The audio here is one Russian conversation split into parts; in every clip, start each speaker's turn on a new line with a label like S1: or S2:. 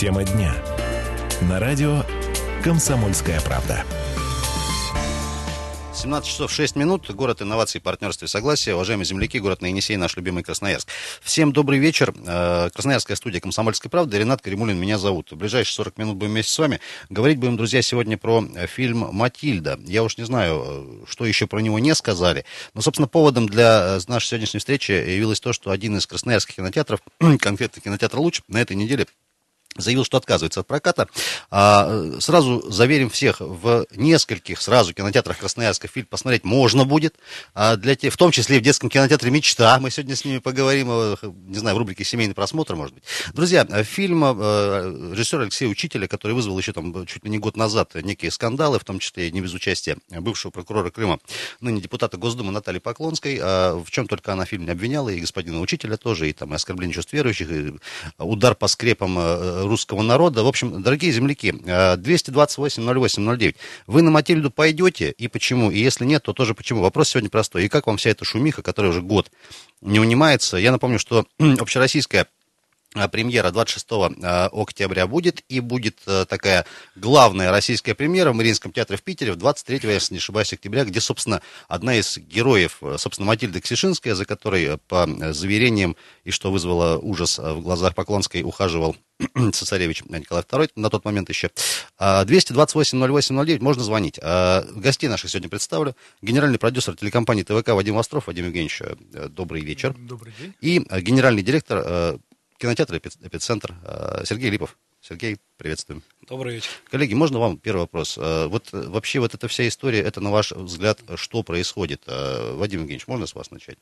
S1: Тема дня. На радио «Комсомольская правда».
S2: 17 часов 6 минут. Город инноваций, партнерства и согласия. Уважаемые земляки, город на Енисей, наш любимый Красноярск. Всем добрый вечер. Красноярская студия «Комсомольской правды». Ренат Каримулин меня зовут. В ближайшие 40 минут будем вместе с вами. Говорить будем, друзья, сегодня про фильм «Матильда». Я уж не знаю, что еще про него не сказали. Но, собственно, поводом для нашей сегодняшней встречи явилось то, что один из красноярских кинотеатров, конкретно кинотеатр «Луч», на этой неделе заявил, что отказывается от проката. Сразу заверим всех, в нескольких сразу кинотеатрах Красноярска фильм посмотреть можно будет, в том числе и в детском кинотеатре «Мечта». Мы сегодня с ними поговорим, не знаю, в рубрике «Семейный просмотр», может быть. Друзья, фильм режиссера Алексея Учителя, который вызвал еще там чуть ли не год назад некие скандалы, в том числе и не без участия бывшего прокурора Крыма, ныне депутата Госдумы Натальи Поклонской, в чем только она фильм не обвиняла, и господина Учителя тоже, и там и оскорбление чувств верующих, и удар по скрепам русского народа. В общем, дорогие земляки, 228-08-09. Вы на «Матильду» пойдете, и почему? И если нет, то тоже почему? Вопрос сегодня простой. И как вам вся эта шумиха, которая уже год не унимается? Я напомню, что общероссийская премьера 26 октября будет, и будет такая главная российская премьера в Мариинском театре в Питере в 23, если не ошибаюсь, октября, где, собственно, одна из героев, собственно, Матильда Ксишинская, за которой, по заверениям, и что вызвало ужас в глазах Поклонской, ухаживал цесаревич Николай II на тот момент еще. 228-08-09, можно звонить. Гостей наших сегодня представлю. Генеральный продюсер телекомпании ТВК Вадим Остров. Вадим Евгеньевич, добрый вечер.
S3: Добрый день.
S2: И генеральный директор кинотеатра «Эпицентр» Сергей Липов. Сергей, приветствуем.
S3: Добрый вечер.
S2: Коллеги, можно вам первый вопрос? Вот вообще вот эта вся история, это, на ваш взгляд, что происходит? Вадим Евгеньевич, можно с вас начать?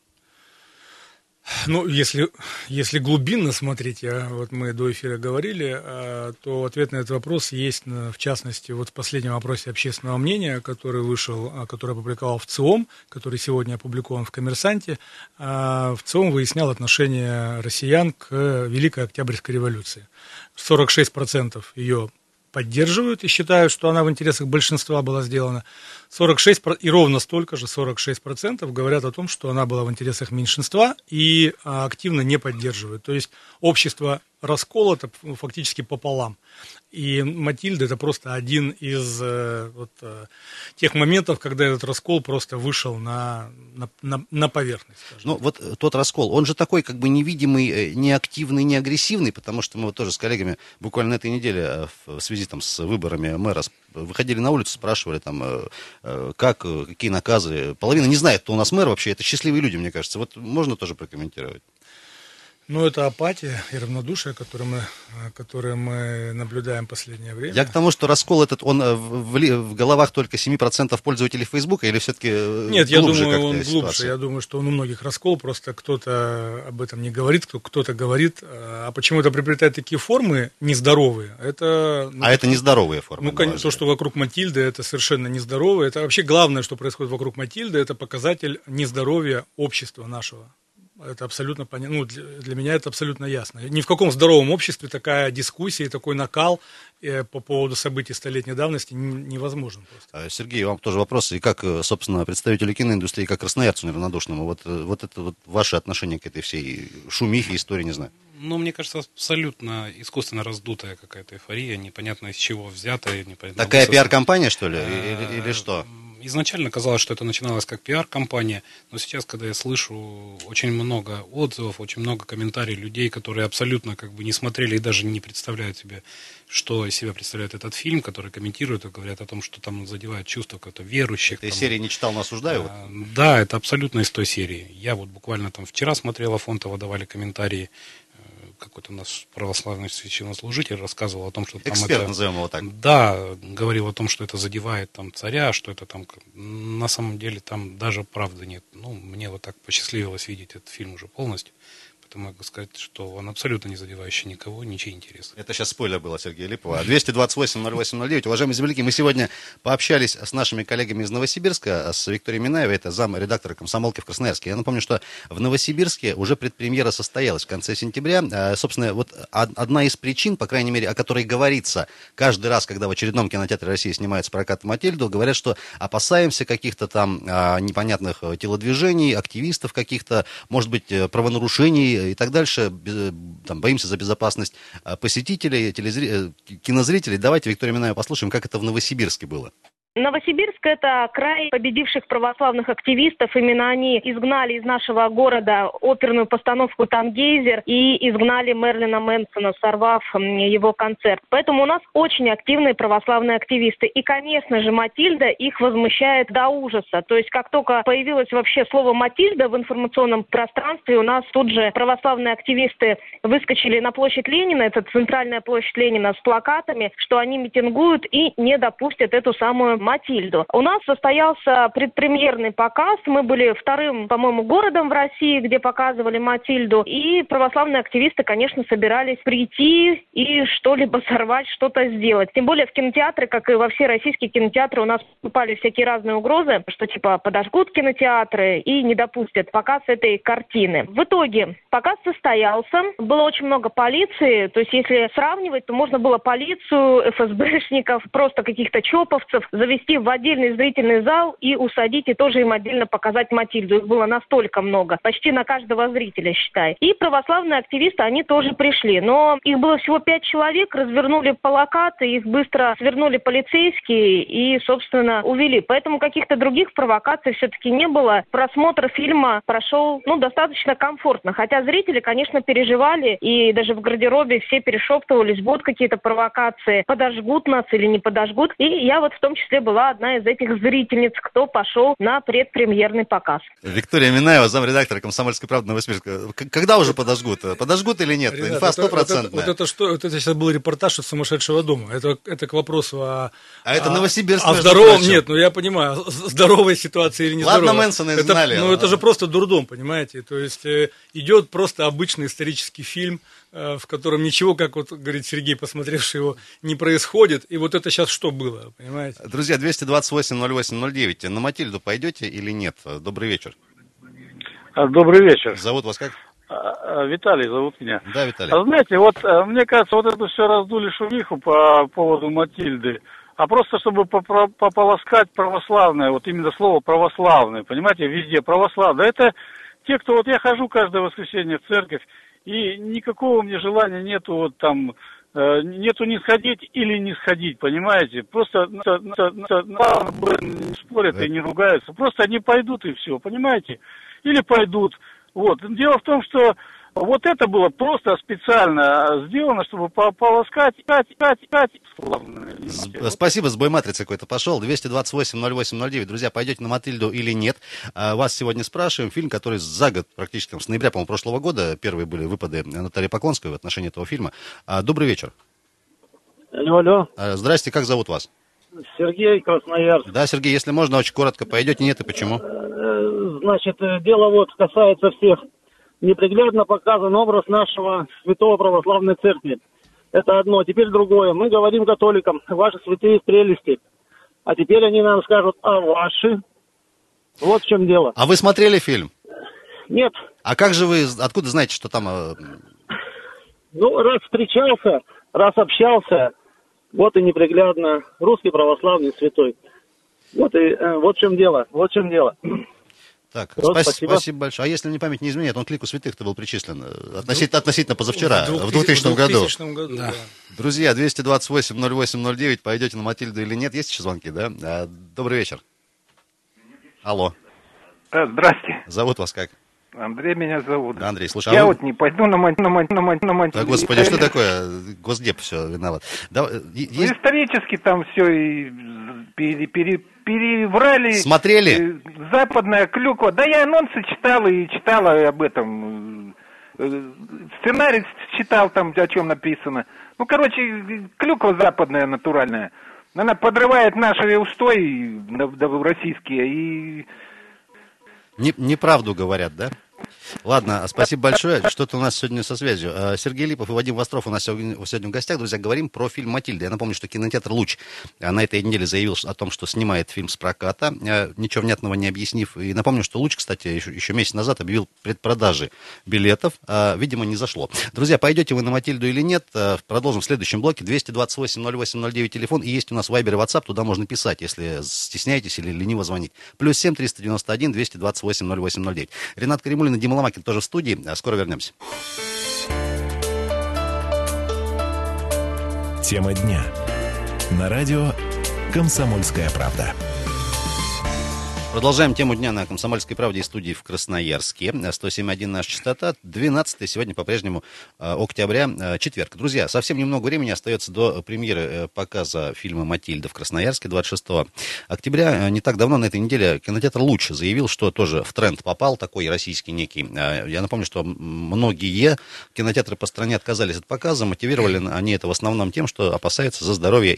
S3: Ну, если глубинно смотреть, вот мы до эфира говорили, то ответ на этот вопрос есть, в частности, вот в последнем опросе общественного мнения, который вышел, который опубликовал ВЦИОМ, который сегодня опубликован в «Коммерсанте». ВЦИОМ выяснял отношение россиян к Великой Октябрьской революции. 46% ее поддерживают и считают, что она в интересах большинства была сделана. 46%, и ровно столько же, 46% говорят о том, что она была в интересах меньшинства и активно не поддерживают. То есть общество расколото фактически пополам. И «Матильда» — это просто один из тех моментов, когда этот раскол просто вышел на поверхность.
S2: Ну, вот тот раскол, он же такой как бы невидимый, не активный, не агрессивный, потому что мы вот тоже с коллегами буквально на этой неделе в связи там, с выборами мэра выходили на улицу, спрашивали там, какие наказы. Половина не знает, кто у нас мэр вообще, это счастливые люди, мне кажется. Вот можно тоже прокомментировать?
S3: Ну, это апатия и равнодушие, которые мы наблюдаем в последнее время.
S2: Я к тому, что раскол этот, он в головах только 7% пользователей Фейсбука или все-таки
S3: Нет, я думаю, он
S2: ситуация?
S3: глубже. Я думаю, что он у многих раскол, просто кто-то об этом не говорит, кто-то говорит. А почему это приобретает такие формы нездоровые? Это
S2: нездоровые формы?
S3: Ну, конечно, то, что вокруг Матильды, это совершенно нездоровое. Это вообще главное, что происходит вокруг Матильды, это показатель нездоровья общества нашего. Это абсолютно понятно. Ну, для меня это абсолютно ясно. Ни в каком здоровом обществе такая дискуссия и такой накал по поводу событий столетней давности невозможен просто.
S2: Сергей, вам тоже вопрос. И как, собственно, представителю киноиндустрии, как красноярцу неравнодушному, вот это вот ваше отношение к этой всей шумихе, истории, не знаю?
S4: Ну, мне кажется, абсолютно искусственно раздутая какая-то эйфория, непонятно из чего взятая. Непонятно
S2: такая пиар-компания, что ли, или что?
S4: Изначально казалось, что это начиналось как пиар-компания, но сейчас, когда я слышу очень много отзывов, очень много комментариев людей, которые абсолютно как бы не смотрели и даже не представляют себе, что из себя представляет этот фильм, которые комментируют и говорят о том, что там задевает чувства каких-то верующих.
S2: Этой серии «Не читал, но осуждаю»?
S4: Да, это абсолютно из той серии. Я вот буквально там вчера смотрел, Афонтова давали комментарии, какой-то у нас православный священнослужитель рассказывал о том, что там
S2: эксперт,
S4: это,
S2: назовем его так.
S4: Да, говорил о том, что это задевает там царя, что это там, на самом деле там даже правды нет. Ну, мне вот так посчастливилось видеть этот фильм уже полностью. Поэтому могу сказать, что он абсолютно не задевающий никого, ничей интересов.
S2: Это сейчас спойлер был от Сергея Липова. 228-08-09. Уважаемые земляки, мы сегодня пообщались с нашими коллегами из Новосибирска, с Викторией Минаевой, это замредактора «Комсомолки» в Красноярске. Я напомню, что в Новосибирске уже предпремьера состоялась в конце сентября. Собственно, вот одна из причин, по крайней мере, о которой говорится каждый раз, когда в очередном кинотеатре России снимается прокат «Матильду», говорят, что опасаемся каких-то там непонятных телодвижений, активистов каких-то, может быть, правонарушений и так дальше, там, боимся за безопасность посетителей, кинозрителей. Давайте Викторию Минаеву послушаем, как это в Новосибирске было.
S5: Новосибирск – это край победивших православных активистов. Именно они изгнали из нашего города оперную постановку «Тангейзер» и изгнали Мерлина Мэнсона, сорвав его концерт. Поэтому у нас очень активные православные активисты. И, конечно же, Матильда их возмущает до ужаса. То есть, как только появилось вообще слово «Матильда» в информационном пространстве, у нас тут же православные активисты выскочили на площадь Ленина, это центральная площадь Ленина, с плакатами, что они митингуют и не допустят эту самую Матильду. У нас состоялся предпремьерный показ. Мы были вторым, по-моему, городом в России, где показывали Матильду. И православные активисты, конечно, собирались прийти и что-либо сорвать, что-то сделать. Тем более в кинотеатры, как и во все российские кинотеатры, у нас поступали всякие разные угрозы, что типа подожгут кинотеатры и не допустят показ этой картины. В итоге показ состоялся. Было очень много полиции. То есть если сравнивать, то можно было полицию, ФСБшников, просто каких-то чоповцев завести в отдельный зрительный зал и усадить, и тоже им отдельно показать Матильду. Их было настолько много, почти на каждого зрителя, считай. И православные активисты, они тоже пришли. Но их было всего 5 человек, развернули плакаты, их быстро свернули полицейские и, собственно, увели. Поэтому каких-то других провокаций все-таки не было. Просмотр фильма прошел, достаточно комфортно. Хотя зрители, конечно, переживали, и даже в гардеробе все перешептывались, будут какие-то провокации, подожгут нас или не подожгут. И я вот в том числе была одна из этих зрительниц, кто пошел на предпремьерный показ.
S2: Виктория Минаева, замредактора «Комсомольской правды» Новосибирска. Когда уже подожгут? Подожгут или нет?
S3: Ребята,
S2: инфа стопроцентная.
S3: Вот это сейчас был репортаж из сумасшедшего дома. Это к вопросу о...
S2: А это Новосибирск,
S3: о здоровом, нет, я понимаю, здоровой ситуации или не здоровой.
S2: Ладно, Мэнсона изгнали.
S3: Это же просто дурдом, понимаете? То есть идет просто обычный исторический фильм, в котором ничего, как вот говорит Сергей, посмотревший его, не происходит. И вот это сейчас что было, понимаете?
S2: Друзья, 228-08-09. На Матильду пойдете или нет? Добрый вечер.
S6: Добрый вечер.
S2: Зовут вас как?
S6: Виталий зовут меня.
S2: Да, Виталий.
S6: Знаете, вот мне кажется, вот эту все раздули шумиху по поводу Матильды, а просто чтобы пополоскать православное, вот именно слово православное, понимаете, везде православное. Это те, кто, вот я хожу каждое воскресенье в церковь, и никакого мне желания нету вот там, нету не сходить или не сходить, понимаете? Просто не спорят и не ругаются. Просто они пойдут и все, понимаете? Или пойдут. Вот. Дело в том, что вот это было просто специально сделано, чтобы полоскать.
S2: Спасибо, сбой матрицы какой-то пошел. 228-08-09. Друзья, пойдете на Матильду или нет? Вас сегодня спрашиваем. Фильм, который за год, практически с ноября, по-моему, прошлого года, первые были выпады Натальи Поклонской в отношении этого фильма. Добрый вечер.
S6: Алло.
S2: Здрасте, как зовут вас?
S6: Сергей, Красноярск.
S2: Да, Сергей, если можно, очень коротко, пойдете, нет и почему?
S6: Значит, дело вот касается всех. Неприглядно показан образ нашего святого православной церкви. Это одно. Теперь другое. Мы говорим католикам, ваши святые прелести. А теперь они нам скажут, а ваши? Вот в чем дело.
S2: А вы смотрели фильм?
S6: Нет.
S2: А как же вы, откуда знаете, что там...
S6: раз встречался, раз общался, вот и неприглядно русский православный святой. Вот в чем дело.
S2: Так,
S6: вот,
S2: спасибо большое. А если мне память не изменяет, он к лику святых-то был причислен относительно позавчера, в 2000 году.
S3: Да.
S2: Друзья, 228-08-09, пойдете на Матильду или нет? Есть еще звонки, да? Добрый вечер. Алло.
S7: Здрасте.
S2: Зовут вас как?
S7: Андрей меня зовут.
S2: Да, Андрей, слушай,
S7: я вот не пойду на Матильду.
S2: Да, господи, что такое? Госдеп все виноват.
S7: Исторически там все и переврали.
S2: Смотрели?
S7: Западная клюква. Да я анонсы читал и читала об этом. Сценарий читал там, о чем написано. Клюква западная, натуральная. Она подрывает наши устои российские и...
S2: Неправду говорят, да? Ладно, спасибо большое. Что-то у нас сегодня со связью. Сергей Липов и Вадим Востров у нас сегодня в гостях. Друзья, говорим про фильм «Матильда». Я напомню, что кинотеатр «Луч» на этой неделе заявил о том, что снимает фильм с проката, ничего внятного не объяснив. И напомню, что «Луч», кстати, еще месяц назад объявил предпродажи билетов. Видимо, не зашло. Друзья, пойдете вы на «Матильду» или нет? Продолжим в следующем блоке. 228-08-09 телефон. И есть у нас Вайбер и WhatsApp. Туда можно писать, если стесняетесь или лениво звонить. +7 391 228 08 09. Ренат Каримуллин и Дима Ломакин тоже в студии. Скоро вернемся.
S1: Тема дня. На радио «Комсомольская правда».
S2: Продолжаем тему дня на «Комсомольской правде» и студии в Красноярске. 107.1 наша частота. 12 сегодня по-прежнему октября, четверг. Друзья, совсем немного времени остается до премьеры показа фильма «Матильда» в Красноярске 26 октября. Не так давно, на этой неделе, кинотеатр «Луч» заявил, что тоже в тренд попал, такой российский некий. Я напомню, что многие кинотеатры по стране отказались от показа. Мотивировали они это в основном тем, что опасаются за здоровье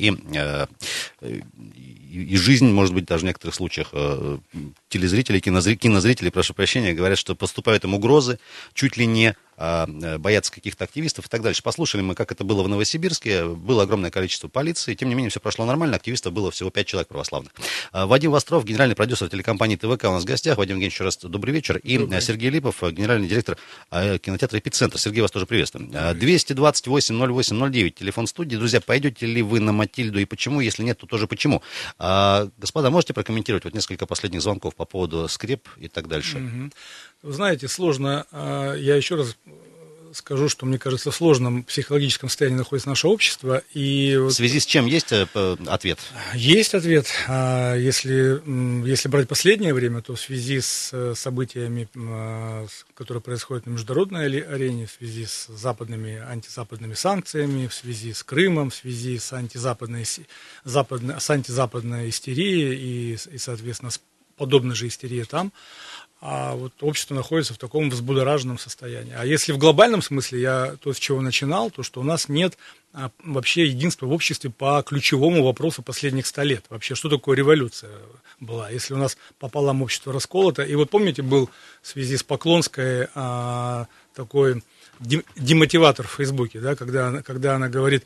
S2: и жизнь, может быть, даже в некоторых случаях телезрители, кинозрители, прошу прощения, говорят, что поступают им угрозы, чуть ли не боятся каких-то активистов и так дальше. Послушали мы, как это было в Новосибирске. Было огромное количество полиции. Тем не менее, все прошло нормально. Активистов было всего 5 человек православных. Вадим Востров, генеральный продюсер телекомпании ТВК, у нас в гостях. Вадим Евгеньевич, еще раз добрый вечер. И Сергей Липов, генеральный директор кинотеатра «Эпицентр». Сергей, вас тоже приветствуем. 228-08-09, телефон студии. Друзья, пойдете ли вы на «Матильду» и почему? Если нет, то тоже почему. Господа, можете прокомментировать вот несколько последних звонков по поводу скреп и так дальше?
S3: Вы знаете, сложно. Я еще раз скажу, что, мне кажется, в сложном психологическом состоянии находится наше общество. И
S2: в связи с чем есть ответ?
S3: Есть ответ. Если брать последнее время, то в связи с событиями, которые происходят на международной арене, в связи с антизападными санкциями, в связи с Крымом, в связи с антизападной истерией и, соответственно, с подобной же истерией там, а вот общество находится в таком взбудораженном состоянии. А если в глобальном смысле, то, с чего начинал, то, что у нас нет вообще единства в обществе по ключевому вопросу последних 100 лет. Вообще, что такое революция была, если у нас пополам общество расколото. И вот помните, был в связи с Поклонской такой демотиватор в Фейсбуке, да, когда она говорит,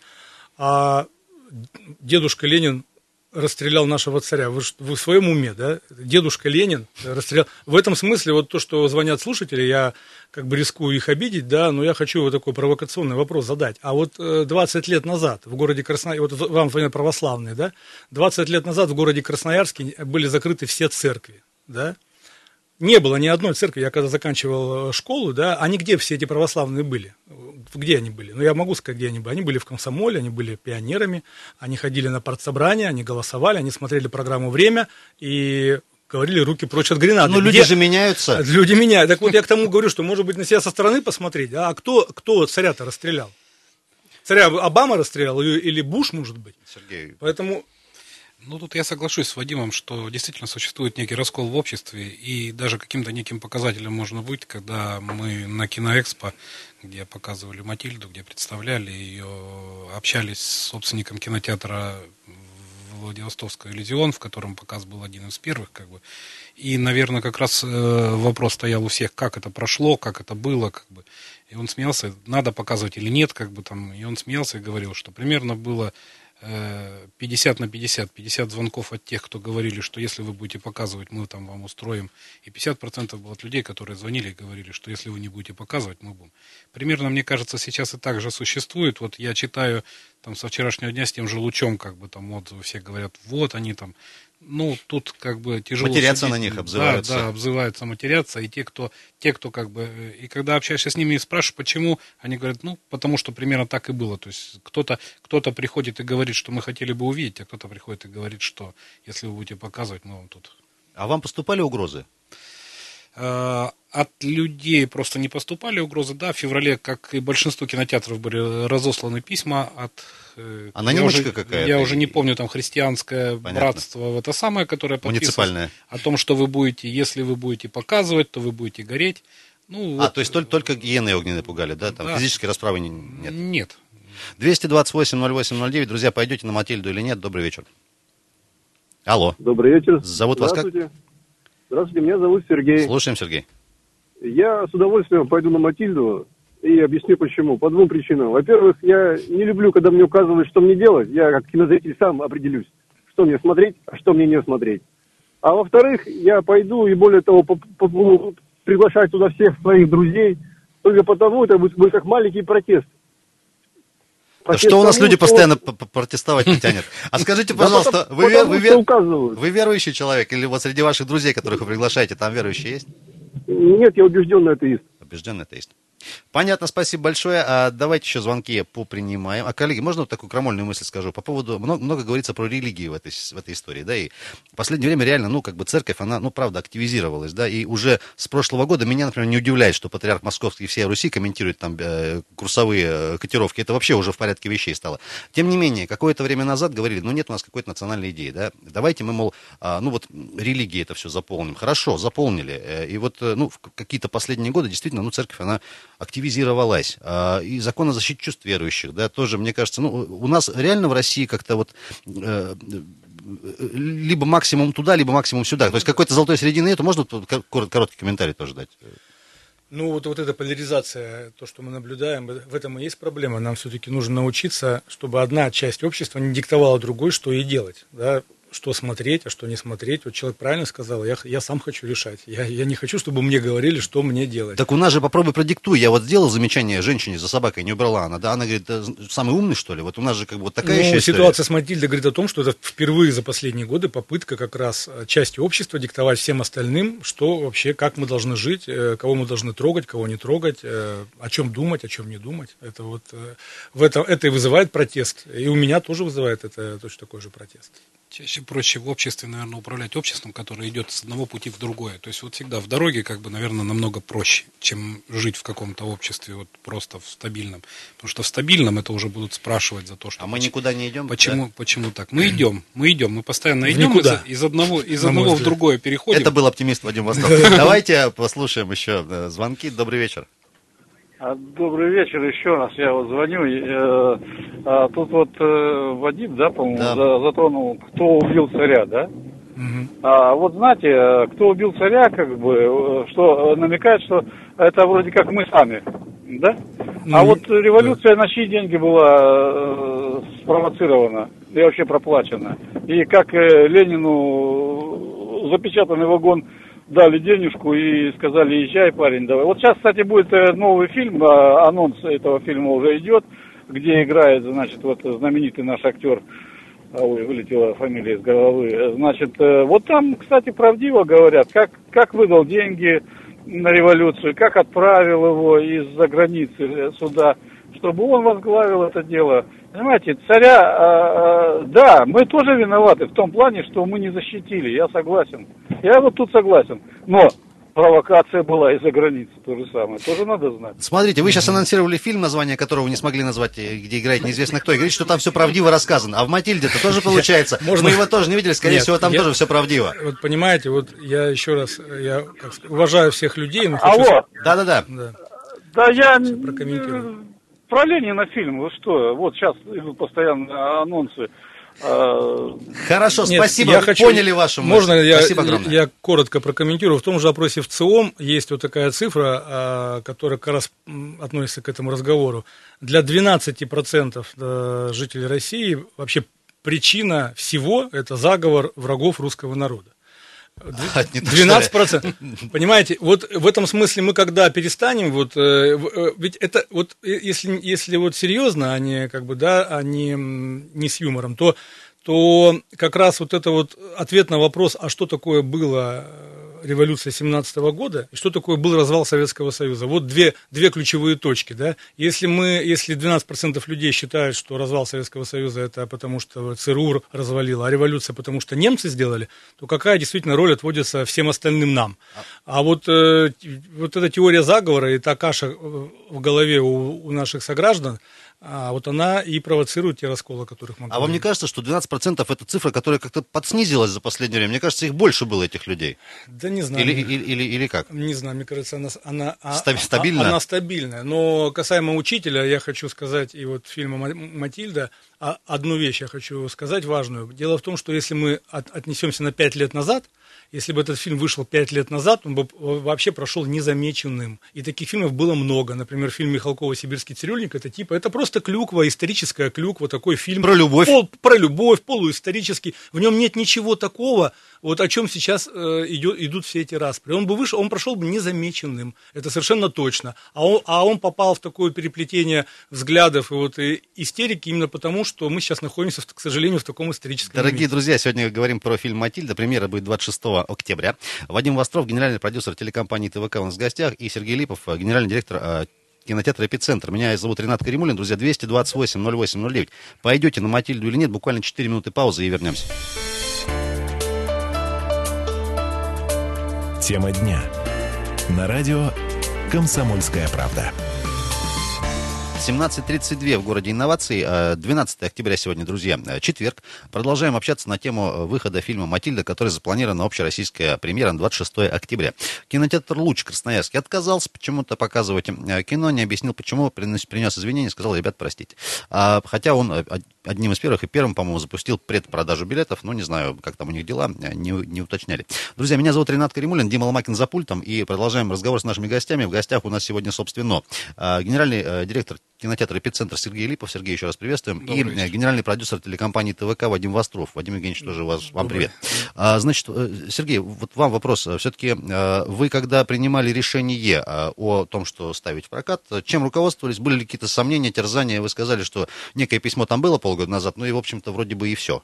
S3: дедушка Ленин расстрелял нашего царя. Вы в своем уме, да? Дедушка Ленин расстрелял. В этом смысле, вот то, что звонят слушатели, я как бы рискую их обидеть, да, но я хочу вот такой провокационный вопрос задать. А вот 20 лет назад в городе Красноярске, вот вам звонят православные, да? 20 лет назад в городе Красноярске были закрыты все церкви, да? Не было ни одной церкви. Я когда заканчивал школу, да, они где все эти православные были? Где они были? Ну, я могу сказать, где они были. Они были в комсомоле, они были пионерами, они ходили на партсобрания, они голосовали, они смотрели программу «Время» и говорили «руки прочь от гренады».
S2: Ну, люди же меняются.
S3: Люди меняют. Так вот, я к тому говорю, что, может быть, на себя со стороны посмотреть, а кто царя-то расстрелял? Царя Обама расстрелял или Буш, может быть?
S2: Сергей.
S3: Поэтому...
S4: Ну, тут я соглашусь с Вадимом, что действительно существует некий раскол в обществе, и даже каким-то неким показателем можно быть, когда мы на Киноэкспо, где показывали «Матильду», где представляли ее, общались с собственником кинотеатра Владивостокского «Иллюзион», в котором показ был один из первых, как бы. И, наверное, как раз вопрос стоял у всех, как это прошло, как это было, как бы. И он смеялся, надо показывать или нет, как бы там. И он смеялся и говорил, что примерно было 50 на 50, 50 звонков от тех, кто говорили, что если вы будете показывать, мы там вам устроим, и 50% было от людей, которые звонили и говорили, что если вы не будете показывать, мы будем. Примерно, мне кажется, сейчас и так же существует. Вот я читаю там со вчерашнего дня с тем же Лучом, как бы там отзывы, все говорят, вот они там, ну, тут как бы тяжело
S2: матерятся
S4: судить.
S2: на них, обзываются.
S4: Да, обзываются, матерятся, и те, кто как бы, и когда общаешься с ними и спрашиваешь, почему, они говорят, ну, потому что примерно так и было, то есть кто-то приходит и говорит, что мы хотели бы увидеть, а кто-то приходит и говорит, что если вы будете показывать, мы вам тут...
S2: А вам поступали угрозы?
S4: От людей просто не поступали угрозы, да, в феврале, как и большинство кинотеатров, были разосланы письма от...
S2: Анонимочка какая-то?
S4: Я уже не помню, там христианское братство, это самое, которое
S2: муниципальное.
S4: О том, что вы будете, если вы будете показывать, то вы будете гореть. Ну,
S2: то есть только гиены огненные пугали, да? Там да. Физической расправы нет?
S4: Нет.
S2: 228-08-09, друзья, пойдете на «Матильду» или нет? Добрый вечер. Алло.
S8: Добрый вечер.
S2: Зовут вас как?
S8: Здравствуйте, меня зовут Сергей.
S2: Слушаем, Сергей.
S8: Я с удовольствием пойду на «Матильду» и объясню почему. По двум причинам. Во-первых, я не люблю, когда мне указывают, что мне делать. Я как кинозритель сам определюсь, что мне смотреть, а что мне не смотреть. А во-вторых, я пойду и более того буду приглашать туда всех своих друзей. Только потому это будет как маленький протест.
S2: Да что у нас люди постоянно протестовать не тянет? А скажите, пожалуйста, вы верующий человек? Или вот среди ваших друзей, которых вы приглашаете, там верующие есть?
S8: Нет, я убежденный атеист.
S2: Убежденный атеист. Понятно, спасибо большое. Давайте еще звонки попринимаем. Коллеги, можно вот такую крамольную мысль скажу? По поводу... Много говорится про религию в этой истории, да, и в последнее время реально, церковь, она, правда, активизировалась, да, и уже с прошлого года меня, например, не удивляет, что патриарх Московский и всей Руси комментирует там курсовые котировки. Это вообще уже в порядке вещей стало. Тем не менее, какое-то время назад говорили, нет у нас какой-то национальной идеи, да, давайте мы, мол, религией это все заполним. Хорошо, заполнили. И вот, в какие-то последние годы действительно, церковь, она активизировалась. И закон о защите чувств верующих, да, тоже, мне кажется, у нас реально в России как-то либо максимум туда, либо максимум сюда. То есть какой-то золотой середины нету. Можно короткий комментарий тоже дать?
S3: Вот эта поляризация, то, что мы наблюдаем, в этом и есть проблема. Нам все-таки нужно научиться, чтобы одна часть общества не диктовала другой, что ей делать, да, что смотреть, а что не смотреть. Вот человек правильно сказал, я сам хочу решать. Я не хочу, чтобы мне говорили, что мне делать.
S2: Так у нас же попробуй продиктуй. Я сделал замечание женщине за собакой, не убрала она. Да, она говорит, самый умный, что ли? Вот у нас же такая еще история.
S3: Ситуация с Матильдой говорит о том, что это впервые за последние годы попытка как раз части общества диктовать всем остальным, что вообще, как мы должны жить, кого мы должны трогать, кого не трогать, о чем думать, о чем не думать. Это и вызывает протест. И у меня тоже вызывает это точно такой же протест.
S4: Чаще проще в обществе, наверное, управлять обществом, которое идет с одного пути в другое. То есть всегда в дороге, наверное, намного проще, чем жить в каком-то обществе просто в стабильном. Потому что в стабильном это уже будут спрашивать за то, что...
S2: А мы никуда не идем?
S4: Почему так? Мы идем, мы постоянно идем, из одного в другое переходим.
S2: Это был оптимист Вадим Восток. Давайте послушаем еще звонки. Добрый вечер.
S6: Добрый вечер еще раз. Я звоню. Тут Вадим, да, по-моему, затронул, кто убил царя, да? Знаете, кто убил царя, что намекает, что это вроде как мы сами, да? Революция на чьи деньги была спровоцирована и вообще проплачена? И как Ленину запечатанный вагон дали денежку и сказали, езжай, парень, давай. Вот сейчас, кстати, будет новый фильм, анонс этого фильма уже идет, где играет, знаменитый наш актер, вылетела фамилия из головы, там, кстати, правдиво говорят, как выдал деньги на революцию, как отправил его из-за границы сюда, чтобы он возглавил это дело. Понимаете, царя, да, мы тоже виноваты в том плане, что мы не защитили, я согласен. Я тут согласен, но провокация была из-за границы, то же самое, тоже надо знать.
S2: Смотрите, вы сейчас анонсировали фильм, название которого вы не смогли назвать, где играет неизвестно кто, и говорите, что там все правдиво рассказано. А в «Матильде»-то тоже получается. Мы его тоже не видели, скорее всего, там тоже все правдиво.
S3: Вот понимаете, я еще раз, уважаю всех людей, но
S2: хочу... Да.
S6: Да, я
S3: прокомментирую.
S6: Про Ленина фильм, вы что? Вот сейчас идут постоянно анонсы.
S2: Хорошо, спасибо, поняли вашу мысль.
S3: Можно
S2: Спасибо огромное.
S3: Я коротко прокомментирую. В том же опросе в ЦИОМ есть такая цифра, которая как раз относится к этому разговору. Для 12% жителей России вообще причина всего – это заговор врагов русского народа. 12%. Понимаете, в этом смысле мы когда перестанем, ведь это если серьезно, а не не с юмором, то как раз ответ на вопрос, а что такое была революция 17 года и что такое был развал Советского Союза. Вот две ключевые точки, да. Если 12% людей считают, что развал Советского Союза это потому, что ЦРУ развалило, а революция потому, что немцы сделали, то какая действительно роль отводится всем остальным нам? А эта теория заговора и та каша в голове у наших сограждан, она и провоцирует те расколы, о которых мы говорим.
S2: А вам не кажется, что 12% это цифра, которая как-то подснизилась за последнее время? Мне кажется, их больше было, этих людей.
S3: Да не знаю.
S2: Или как?
S3: Не знаю, мне кажется, она
S2: стабильная?
S3: Она стабильная. Но касаемо учителя, я хочу сказать, и фильма «Матильда», одну вещь я хочу сказать важную. Дело в том, что если мы отнесемся на 5 лет назад, если бы этот фильм вышел 5 лет назад, он бы вообще прошел незамеченным. И таких фильмов было много. Например, фильм Михалкова «Сибирский цирюльник» это просто клюква, историческая клюква, такой фильм.
S2: Про любовь.
S3: Про любовь, полуисторический. В нем нет ничего такого, о чем сейчас идут все эти распри. Он прошел бы незамеченным. Это совершенно точно. А он попал в такое переплетение взглядов и истерики именно потому, что мы сейчас находимся, к сожалению, в таком историческом
S2: Дорогие
S3: месте.
S2: друзья, сегодня говорим про фильм «Матильда». Премьера будет 26 октября. Вадим Востров, генеральный продюсер телекомпании ТВК, у нас в гостях, и Сергей Липов, генеральный директор кинотеатр «Эпицентр». Меня зовут Ренат Каримулин. Друзья, 228-08-09. Пойдете на Матильду или нет? Буквально 4 минуты паузы и вернемся.
S1: Тема дня. На радио «Комсомольская правда».
S2: 17:32 в городе инноваций, 12 октября сегодня, друзья, четверг. Продолжаем общаться на тему выхода фильма «Матильда», который запланирована общероссийская премьера на 26 октября. Кинотеатр «Луч» Красноярский отказался почему-то показывать кино, не объяснил, почему, принес извинения, сказал: ребят, простите. Хотя он одним из первых и первым, по-моему, запустил предпродажу билетов, но не знаю, как там у них дела, не уточняли. Друзья, меня зовут Ренат Каримулин, Дима Ломакин за пультом, и продолжаем разговор с нашими гостями. В гостях у нас сегодня, собственно, генеральный директор кинотеатра «Эпицентр» Сергей Липов. Сергей, еще раз приветствуем. И генеральный продюсер телекомпании ТВК Вадим Востров. Вадим Евгеньевич, тоже вам привет. Значит, Сергей, вот вам вопрос. Все-таки вы, когда принимали решение о том, что ставить в прокат, чем руководствовались? Были ли какие-то сомнения, терзания? Вы сказали, что некое письмо там было полгода назад, ну и, в общем-то, вроде бы и все.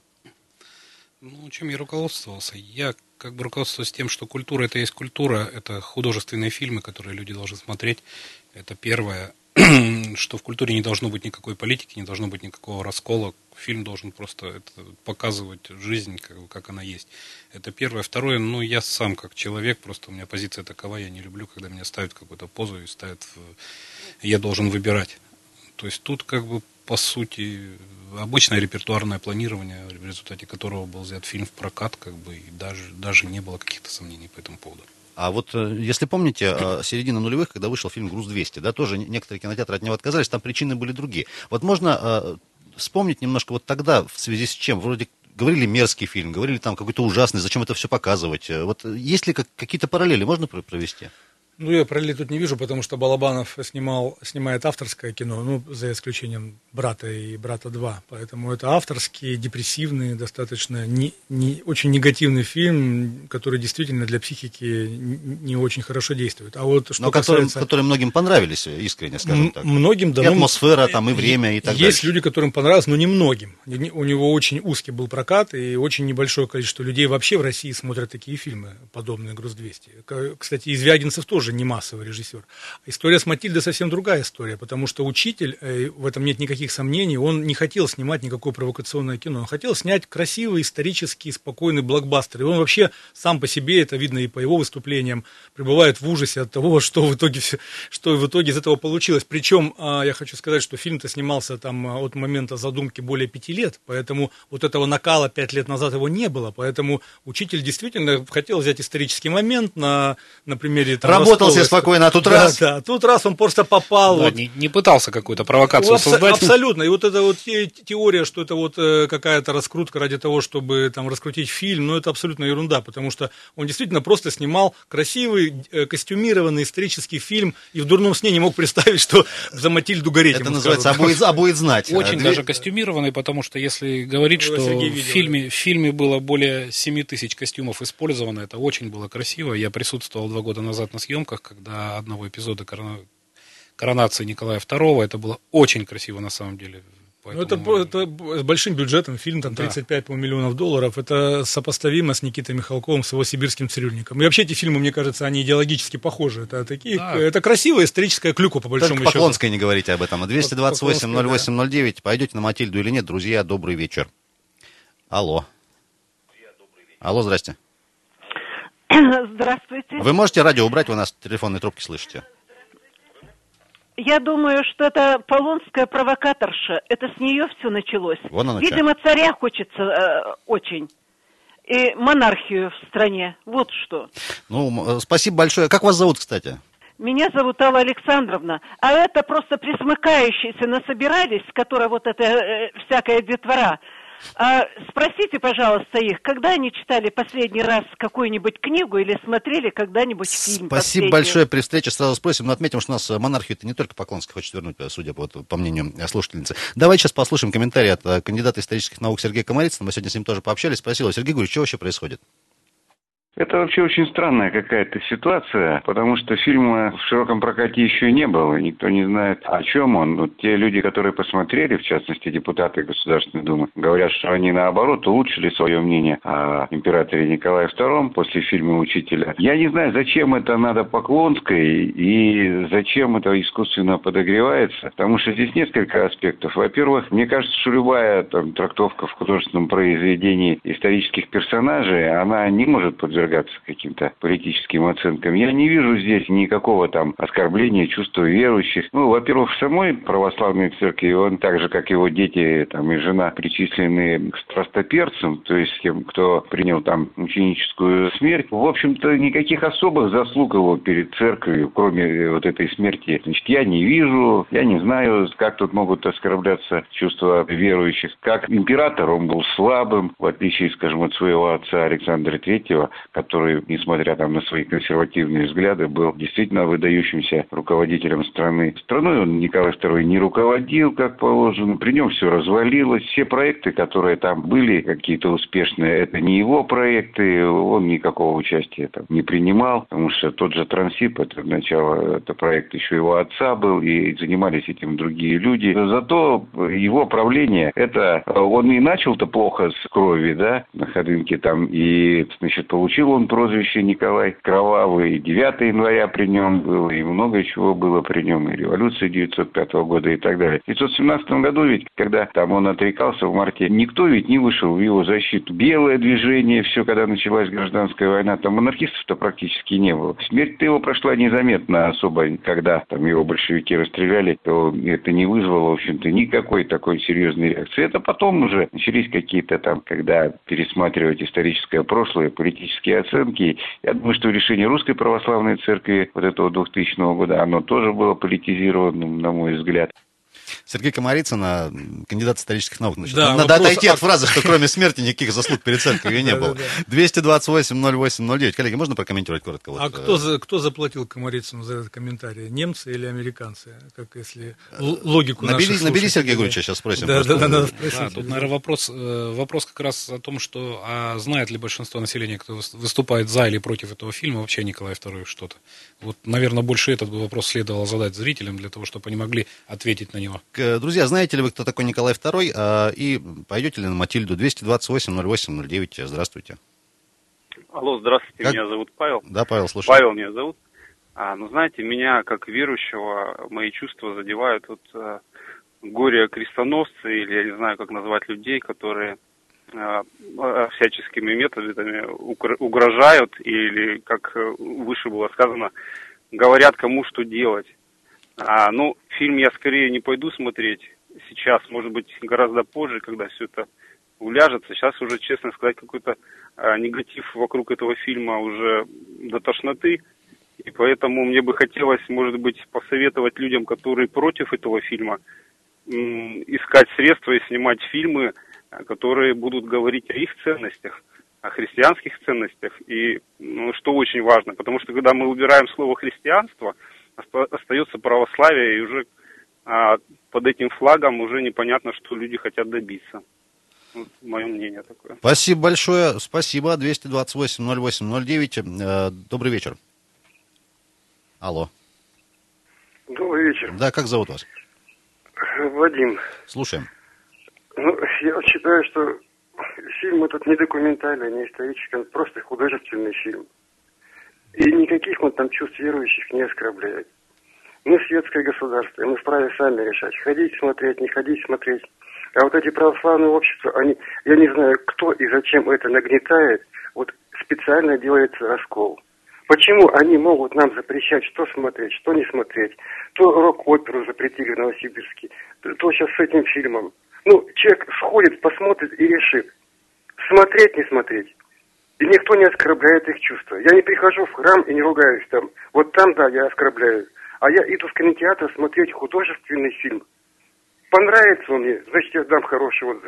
S4: Ну, чем я руководствовался? Я как бы руководствуюсь тем, что культура — это есть культура, это художественные фильмы, которые люди должны смотреть. Это первое. Что в культуре не должно быть никакой политики, не должно быть никакого раскола. Фильм должен просто показывать жизнь, как она есть. Это первое. Второе, я сам как человек, просто у меня позиция такова, я не люблю, когда меня ставят в какую-то позу и ставят я должен выбирать. То есть тут по сути обычное репертуарное планирование, в результате которого был взят фильм в прокат, и даже не было каких-то сомнений по этому поводу.
S2: А вот, если помните, середина нулевых, когда вышел фильм «Груз-200», да, тоже некоторые кинотеатры от него отказались, там причины были другие. Вот можно вспомнить немножко вот тогда, в связи с чем? Вроде говорили мерзкий фильм, говорили там какой-то ужасный, зачем это все показывать? Вот есть ли какие-то параллели, можно провести?
S3: Ну, я параллели тут не вижу, потому что Балабанов снимает авторское кино, за исключением «Брата» и «Брата 2». Поэтому это авторский, депрессивный, достаточно очень негативный фильм, который действительно для психики не очень хорошо действует. А вот что
S2: которые многим понравились, искренне, скажем так.
S3: Многим, да.
S2: И атмосфера, и время, и так далее.
S3: Есть люди, которым понравилось, но не многим. У него очень узкий был прокат, и очень небольшое количество людей вообще в России смотрят такие фильмы, подобные «Груз-200». Кстати, Звягинцев тоже не массовый режиссер. История с «Матильдой» совсем другая история, потому что учитель, в этом нет никаких сомнений, он не хотел снимать никакое провокационное кино, он хотел снять красивый, исторический, спокойный блокбастер. И он вообще сам по себе, это видно и по его выступлениям, пребывает в ужасе от того, что в итоге из этого получилось. Причем, я хочу сказать, что фильм-то снимался там от момента задумки более 5 лет, поэтому вот этого накала 5 лет назад его не было, поэтому учитель действительно хотел взять исторический момент на примере...
S2: Работал себе спокойно, а тут раз...
S3: Да, тут раз он просто попал.
S4: Да, не пытался какую-то провокацию создать.
S3: Абсолютно. И вот эта вот теория, что это вот какая-то раскрутка ради того, чтобы там раскрутить фильм, это абсолютно ерунда, потому что он действительно просто снимал красивый, костюмированный исторический фильм, и в дурном сне не мог представить, что за Матильду гореть.
S2: Это называется «А будет знать».
S4: Очень даже костюмированный, потому что если говорить, что в фильме было более 7 тысяч костюмов использовано, это очень было красиво. Я присутствовал 2 года назад на съемках, когда одного эпизода коронации Николая II, это было очень красиво на самом деле.
S3: Поэтому... Это с большим бюджетом, фильм там 35 миллионов долларов, это сопоставимо с Никитой Михалковым, с его «Сибирским цирюльником». И вообще эти фильмы, мне кажется, они идеологически похожи. Это красивая историческая клюква, по большому счету.
S2: Только Поклонской не говорите об этом. 228-08-09. Пойдете на Матильду или нет? Друзья, добрый вечер. Алло, здрасте.
S9: Здравствуйте.
S2: Вы можете радио убрать, вы нас в телефонной трубке слышите?
S9: Я думаю, что это Полонская провокаторша. Это с нее все началось. Видимо, царя хочется очень. И монархию в стране. Вот что.
S2: Спасибо большое. Как вас зовут, кстати?
S9: Меня зовут Алла Александровна. А это просто присмыкающиеся насобирались, которая вот эта всякая детвора. Спросите, пожалуйста, их, когда они читали последний раз какую-нибудь книгу или смотрели когда-нибудь фильм?
S2: Спасибо большое, при встрече сразу спросим, но отметим, что у нас монархию-то не только Поклонский хочет вернуть, судя по мнению слушательницы. Давайте сейчас послушаем комментарий от кандидата исторических наук Сергея Комарицына, мы сегодня с ним тоже пообщались, спросил, Сергей Григорьевич, что вообще происходит?
S10: Это вообще очень странная какая-то ситуация, потому что фильма в широком прокате еще не было, никто не знает, о чем он. Вот те люди, которые посмотрели, в частности депутаты Государственной Думы, говорят, что они наоборот улучшили свое мнение о императоре Николае II после фильма «Учителя». Я не знаю, зачем это надо Поклонской и зачем это искусственно подогревается, потому что здесь несколько аспектов. Во-первых, мне кажется, что любая трактовка в художественном произведении исторических персонажей, она не может подвергаться каким-то политическим оценкам. Я не вижу здесь никакого оскорбления чувства верующих. Во-первых, в самой православной церкви он, так же, как его дети и жена, причислены к страстоперцам, то есть тем, кто принял мученическую смерть. В общем-то, никаких особых заслуг его перед церковью, кроме вот этой смерти, значит, я не вижу. Я не знаю, как тут могут оскорбляться чувства верующих. Как император он был слабым, в отличие, скажем, от своего отца Александра III, который, несмотря на свои консервативные взгляды, был действительно выдающимся руководителем страны. Страной он, Николай II, не руководил, как положено. При нем все развалилось. Все проекты, которые там были, какие-то успешные, это не его проекты. Он никакого участия не принимал, потому что тот же Транссиб, это проект еще его отца был, и занимались этим другие люди. Зато его правление, он и начал-то плохо с крови, на Ходынке и, получил он прозвище Николай Кровавый, 9 января при нем было, и много чего было при нем, и революция 1905 года и так далее. В 1917 году ведь, когда он отрекался в марте, никто ведь не вышел в его защиту. Белое движение, все, когда началась гражданская война, монархистов-то практически не было. Смерть-то его прошла незаметно особо, когда его большевики расстреляли, то это не вызвало, в общем-то, никакой такой серьезной реакции. Это потом уже начались какие-то когда пересматривать историческое прошлое, политические оценки. Я думаю, что решение Русской Православной Церкви этого 2000 года, оно тоже было политизированным, на мой взгляд.
S2: Сергей Комарицын, кандидат исторических наук.
S3: Да,
S2: надо отойти от фразы, что кроме смерти никаких заслуг перед церковью не было. 228-08-09. Коллеги, можно прокомментировать коротко?
S3: Кто заплатил Комарицыну за этот комментарий? Немцы или американцы? Как если логику
S2: набери Сергея Гурьевича, сейчас спросим.
S3: Да,
S4: тут, наверное, вопрос как раз о том, что знает ли большинство населения, кто выступает за или против этого фильма, вообще Николай II что-то. Вот, наверное, больше этот вопрос следовало задать зрителям, для того, чтобы они могли ответить на него.
S2: Друзья, знаете ли вы, кто такой Николай II? И пойдете ли на Матильду? 228-08-09. Здравствуйте.
S11: Алло, здравствуйте, меня зовут Павел.
S2: Да, Павел, слушаю.
S11: Павел меня зовут. Знаете, меня, как верующего, мои чувства задевают горе крестоносцы, или я не знаю, как назвать людей, которые всяческими методами угрожают, или, как выше было сказано, говорят, кому что делать. Фильм я скорее не пойду смотреть сейчас, может быть, гораздо позже, когда все это уляжется. Сейчас уже, честно сказать, какой-то негатив вокруг этого фильма уже до тошноты. И поэтому мне бы хотелось, может быть, посоветовать людям, которые против этого фильма, искать средства и снимать фильмы, которые будут говорить о их ценностях, о христианских ценностях. И что очень важно, потому что когда мы убираем слово «христианство», остается православие, и уже под этим флагом уже непонятно, что люди хотят добиться. Мое мнение такое.
S2: Спасибо большое. Спасибо. 228-08-09. Добрый вечер. Алло.
S12: Добрый вечер.
S2: Да, как зовут вас?
S12: Вадим.
S2: Слушаем.
S12: Я считаю, что фильм этот не документальный, не исторический, он просто художественный фильм. И никаких он чувств верующих не оскорбляет. Мы светское государство, и мы вправе сами решать, ходить смотреть, не ходить смотреть. А вот эти православные общества, я не знаю, кто и зачем это нагнетает, специально делается раскол. Почему они могут нам запрещать, что смотреть, что не смотреть? То рок-оперу запретили в Новосибирске, то сейчас с этим фильмом. Человек сходит, посмотрит и решит, смотреть, не смотреть. И никто не оскорбляет их чувства. Я не прихожу в храм и не ругаюсь там. Вот там, да, я оскорбляю. А я иду в кинотеатр смотреть художественный фильм. Понравится он мне, значит, я дам хороший отзыв.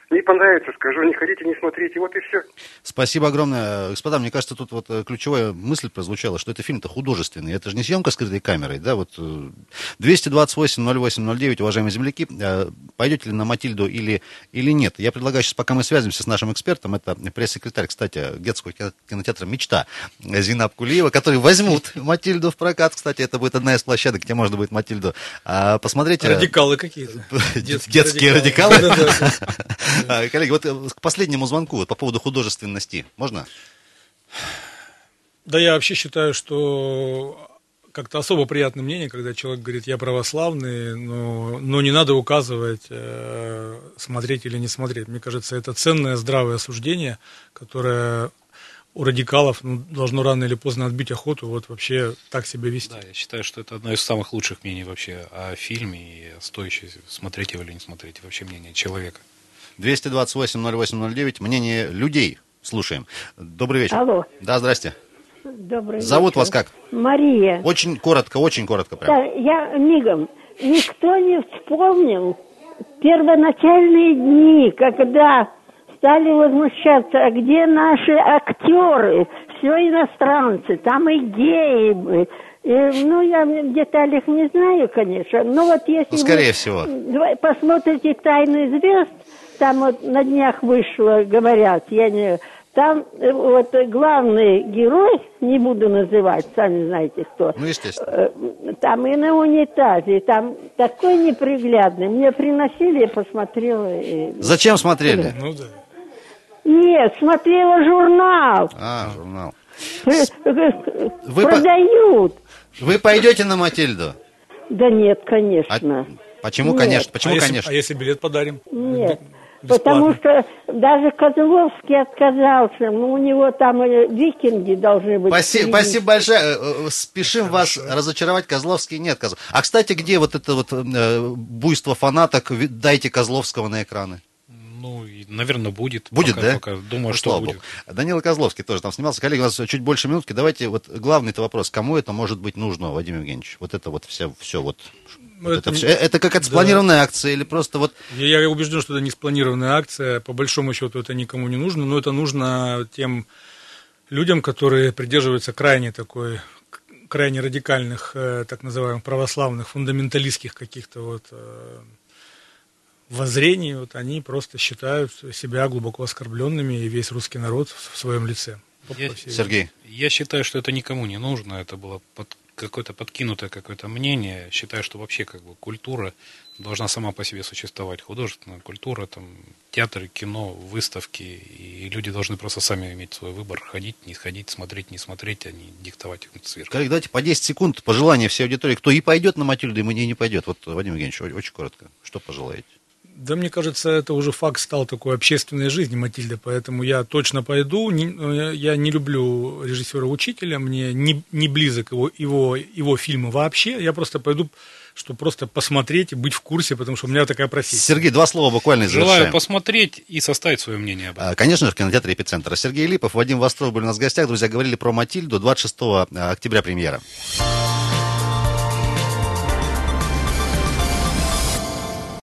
S12: Не понравится, скажу, не ходите, не смотрите, вот и все.
S2: Спасибо огромное. Господа, мне кажется, тут вот ключевая мысль прозвучала, что это фильм-то художественный. Это же не съемка скрытой камерой, да? Вот 228-08-09, уважаемые земляки, пойдете ли на «Матильду» или нет? Я предлагаю сейчас, пока мы связываемся с нашим экспертом, это пресс-секретарь, кстати, Детского кинотеатра «Мечта» Зинаб Кулиева, которые возьмут «Матильду» в прокат. Кстати, это будет одна из площадок, где можно будет «Матильду» посмотреть.
S3: Радикалы какие-то.
S2: Детские радикалы. Коллеги, вот к последнему звонку вот, по поводу художественности. Можно?
S3: Да, я вообще считаю, что как-то особо приятное мнение, когда человек говорит, я православный, но не надо указывать, смотреть или не смотреть. Мне кажется, это ценное, здравое осуждение, которое у радикалов должно рано или поздно отбить охоту вот вообще так себя вести.
S4: Да, я считаю, что это одно из самых лучших мнений вообще о фильме и стоящее смотреть его или не смотреть, вообще мнение человека.
S2: 228-08-09, мнение людей слушаем. Добрый вечер.
S13: Алло.
S2: Да, здрасте.
S13: Добрый
S2: Зовут
S13: вечер.
S2: вас как?
S13: Мария.
S2: Очень коротко прям.
S13: Да, я мигом. Никто не вспомнил первоначальные дни, когда стали возмущаться, а где наши актеры? Все иностранцы, там и геи. Я в деталях не знаю, конечно, но вот если
S2: скорее всего.
S13: Посмотрите «Тайны звезд», там вот на днях вышло, говорят, там вот главный герой, не буду называть, сами знаете кто.
S2: Ну, естественно.
S13: Там и на унитазе, там такой неприглядный. Мне приносили, я посмотрела.
S2: Зачем смотрели?
S3: Ну да.
S13: Нет, смотрела журнал.
S2: Журнал.
S13: Продают.
S2: Вы пойдете на «Матильду»?
S13: Да нет, конечно.
S2: Почему,
S13: нет.
S2: конечно? Почему, конечно?
S3: А если билет подарим?
S13: Нет.
S3: Бесплатно.
S13: Потому что даже Козловский отказался. У него там викинги должны быть.
S2: Спасибо большое. Спешим вас разочаровать. Козловский нет. А, кстати, где вот это вот буйство фанаток? Дайте Козловского на экраны.
S4: Наверное, будет.
S2: Будет, да?
S4: Пока думаю, что будет.
S2: Данила Козловский тоже там снимался. Коллеги, у нас чуть больше минутки. Давайте вот главный-то вопрос. Кому это может быть нужно, Вадим Евгеньевич? Вот это вот все вот... Это какая-то спланированная акция или просто вот...
S3: Я убежден, что это не спланированная акция. По большому счету это никому не нужно, но это нужно тем людям, которые придерживаются крайне радикальных, так называемых православных, фундаменталистских каких-то вот воззрений. Вот они просто считают себя глубоко оскорбленными, и весь русский народ в своем лице.
S2: Сергей?
S4: Я считаю, что это никому не нужно. Это было какое-то подкинутое какое-то мнение. Считаю, что вообще культура должна сама по себе существовать. Художественная культура, там, театр, кино, выставки. И люди должны просто сами иметь свой выбор. Ходить, не ходить, смотреть, не смотреть, а не диктовать им сверху.
S2: Коллеги, давайте по 10 секунд пожелания всей аудитории. Кто и пойдет на «Матильду», и мне не пойдет. Вот, Вадим Евгеньевич, очень коротко. Что пожелаете?
S3: Да, мне кажется, это уже факт стал такой общественной жизни «Матильда», поэтому я точно пойду. Я не люблю режиссера-учителя, мне не близок его фильмы вообще. Я просто пойду, чтобы просто посмотреть и быть в курсе, потому что у меня такая профессия.
S2: Сергей, 2 слова буквально и завершаем.
S4: Желаю посмотреть и составить свое мнение об этом.
S2: Конечно же, в кинотеатре «Эпицентр». Сергей Липов, Вадим Востров были у нас в гостях. Друзья, говорили про «Матильду». 26 октября премьера.